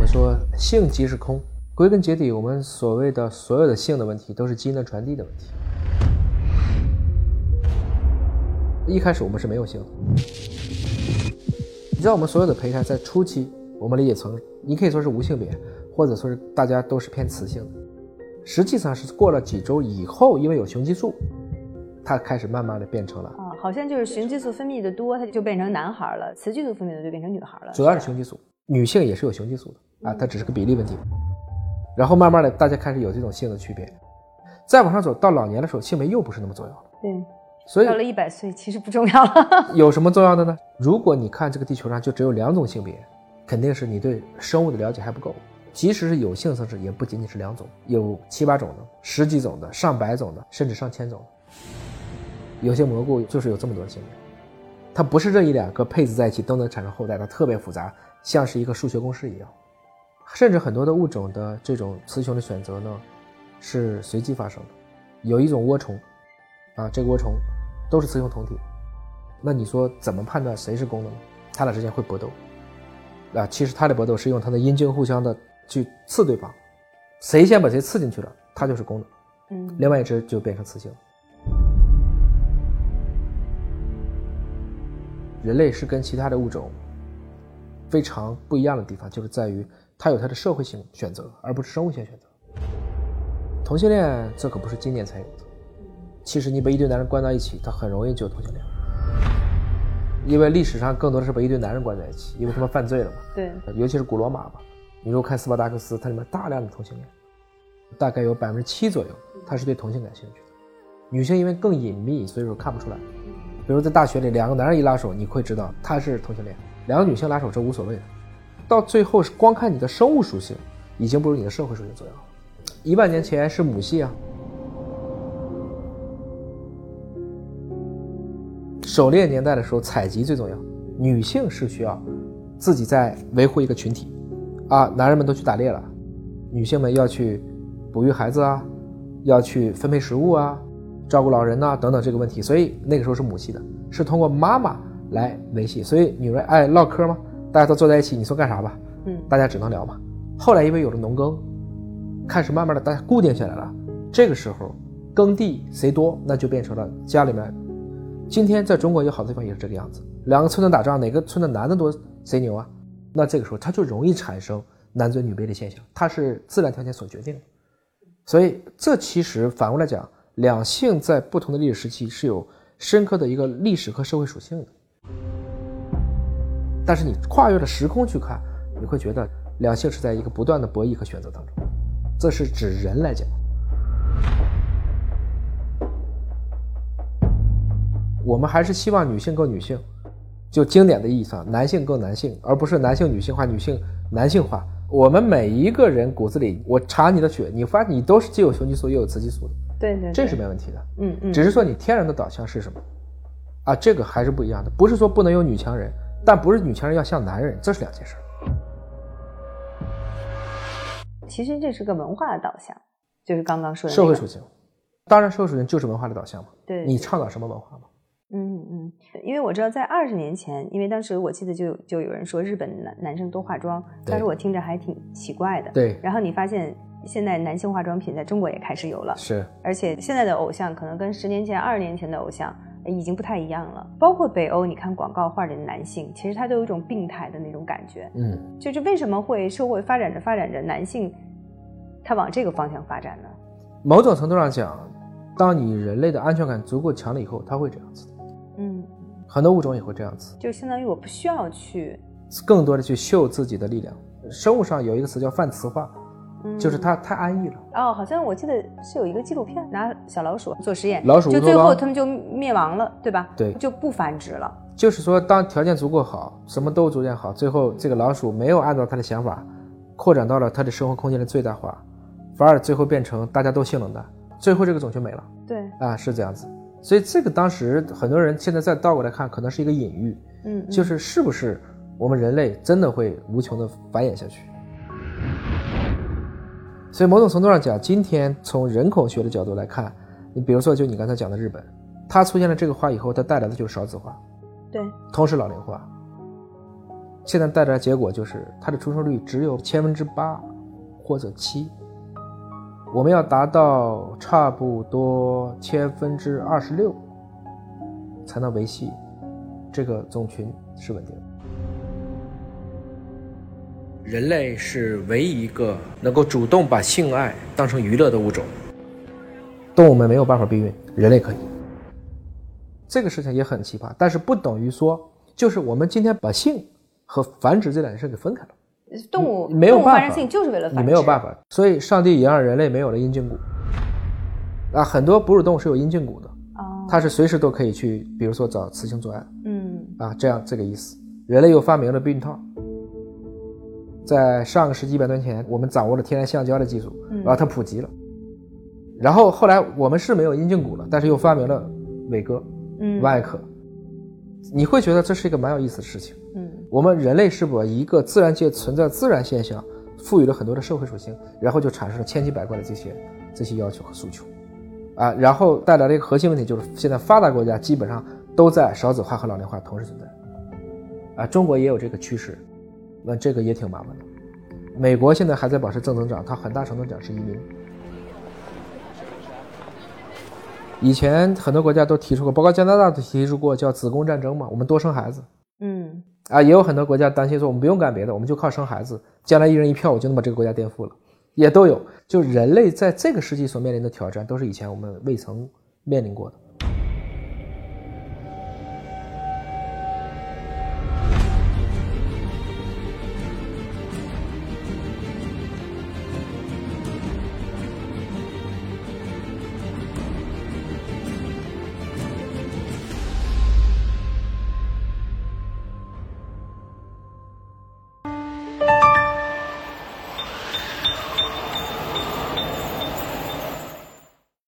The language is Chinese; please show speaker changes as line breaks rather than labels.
说性即是空，归根结底我们所谓的所有的性的问题都是基因的传递的问题。一开始我们是没有性的，你知道我们所有的胚胎在初期我们理解成你可以说是无性别，或者说是大家都是偏雌性的，实际上是过了几周以后，因为有雄激素，它开始慢慢的变成了
好像就是雄激素分泌的多它就变成男孩了，雌激素分泌的就变成女孩了。
主要是雄激素，女性也是有雄激素的它只是个比例问题。然后慢慢的大家开始有这种性的区别，再往上走到老年的时候，性别又不是那么重要了。
对，
所以
到了100岁其实不重要了。
有什么重要的呢？如果你看这个地球上就只有2种性别，肯定是你对生物的了解还不够。即使是有性生殖也不仅仅是2种，有7、8种的，10几种的，上百种的，甚至上千种的。有些蘑菇就是有这么多的性别，它不是任意2个配子在一起都能产生后代，它特别复杂，像是一个数学公式一样。甚至很多的物种的这种雌雄的选择呢是随机发生的。有一种涡虫这个涡虫都是雌雄同体，那你说怎么判断谁是公的呢？它俩之间会搏斗其实它的搏斗是用它的阴茎互相的去刺对方，谁先把谁刺进去了它就是公的，另外一只就变成雌性。人类是跟其他的物种非常不一样的地方，就是在于它有它的社会性选择，而不是生物性选择。同性恋这可不是今年才有的，其实你把一堆男人关到一起，它很容易就有同性恋，因为历史上更多的是把一堆男人关在一起，因为他们犯罪了嘛。
对，
尤其是古罗马吧，你如果看斯巴达克斯，它里面大量的同性恋，大概有7%左右，它是对同性感兴趣的。女性因为更隐秘，所以说看不出来。比如在大学里2个男人一拉手，你会知道他是同性恋；2个女性拉手这无所谓的。到最后是光看你的生物属性，已经不如你的社会属性重要了。1万年前是母系狩猎年代的时候采集最重要，女性是需要自己在维护一个群体男人们都去打猎了，女性们要去哺育孩子要去分配食物照顾老人等等这个问题，所以那个时候是母系的，是通过妈妈来维系。所以女人爱唠嗑吗？大家都坐在一起，你说干啥吧？大家只能聊嘛。后来因为有了农耕，开始慢慢的大家固定下来了，这个时候耕地谁多，那就变成了家里面。今天在中国有好的地方也是这个样子，2个村子打仗，哪个村的男的多谁牛那这个时候它就容易产生男尊女卑的现象，它是自然条件所决定的。所以这其实反过来讲，两性在不同的历史时期是有深刻的一个历史和社会属性的。但是你跨越了时空去看，你会觉得两性是在一个不断的博弈和选择当中，这是指人来讲。我们还是希望女性更女性，就经典的意义上，男性更男性，而不是男性女性化，女性男性化。我们每一个人骨子里，我查你的血，你发现你都是既有雄激素又有雌激素的，
对，
这是没问题的。只是说你天然的导向是什么这个还是不一样的。不是说不能有女强人，但不是女强人要像男人，这是两件事。
其实这是个文化的导向，就是刚刚说的、
社会属性。当然社会属性就是文化的导向嘛。
对，
你倡导什么文化嘛？
因为我知道在20年前，因为当时我记得就有人说日本男生多化妆，当时我听着还挺奇怪的。
对，
然后你发现现在男性化妆品在中国也开始有了，
是，
而且现在的偶像可能跟10年前、20年前的偶像已经不太一样了。包括北欧，你看广告画里的男性，其实他都有一种病态的那种感觉。就是为什么会社会发展着，男性他往这个方向发展呢？
某种程度上讲，当你人类的安全感足够强了以后，他会这样子。很多物种也会这样子，
就相当于我不需要去
更多的去秀自己的力量。生物上有一个词叫泛雌化，就是它太安逸了。
好像我记得是有一个纪录片，拿小老鼠做实验，
老鼠乌托邦，
就最后他们就灭亡了，对吧？
对，
就不繁殖了。
就是说，当条件足够好，什么都逐渐好，最后这个老鼠没有按照它的想法扩展到了它的生活空间的最大化，反而最后变成大家都性冷淡，最后这个种群没了。
对，
是这样子。所以这个当时很多人现在再倒过来看，可能是一个隐喻，就是是不是我们人类真的会无穷的繁衍下去。所以某种程度上讲，今天从人口学的角度来看，你比如说就你刚才讲的日本，它出现了这个化以后，它带来的就是少子化，
对，
同时老龄化。 现在带来的结果就是它的出生率只有8%或者7%，我们要达到差不多26%才能维系这个种群是稳定的。人类是唯一一个能够主动把性爱当成娱乐的物种，动物们没有办法避孕，人类可以。这个事情也很奇葩，但是不等于说就是我们今天把性和繁殖这两件事给分开了。
动物
没有办法，
动物繁殖性就是为了繁殖，
你没有办法。所以上帝也让人类没有了阴茎骨啊，很多哺乳动物是有阴茎骨的，它是随时都可以去，比如说找雌性做爱，这个意思。人类又发明了避孕套，在上个世纪100多年前，我们掌握了天然橡胶的技术，然后它普及了。然后后来我们是没有阴茎骨了，但是又发明了伟哥、外科。你会觉得这是一个蛮有意思的事情。我们人类是把一个自然界存在的自然现象赋予了很多的社会属性，然后就产生了千奇百怪的这些要求和诉求啊，然后带来了一个核心问题，就是现在发达国家基本上都在少子化和老龄化同时存在啊，中国也有这个趋势，那这个也挺麻烦的。美国现在还在保持正增长，它很大程度讲是移民。以前很多国家都提出过，包括加拿大都提出过叫子宫战争嘛，我们多生孩子。也有很多国家担心说我们不用干别的，我们就靠生孩子，将来一人一票我就能把这个国家颠覆了，也都有。就人类在这个世纪所面临的挑战都是以前我们未曾面临过的。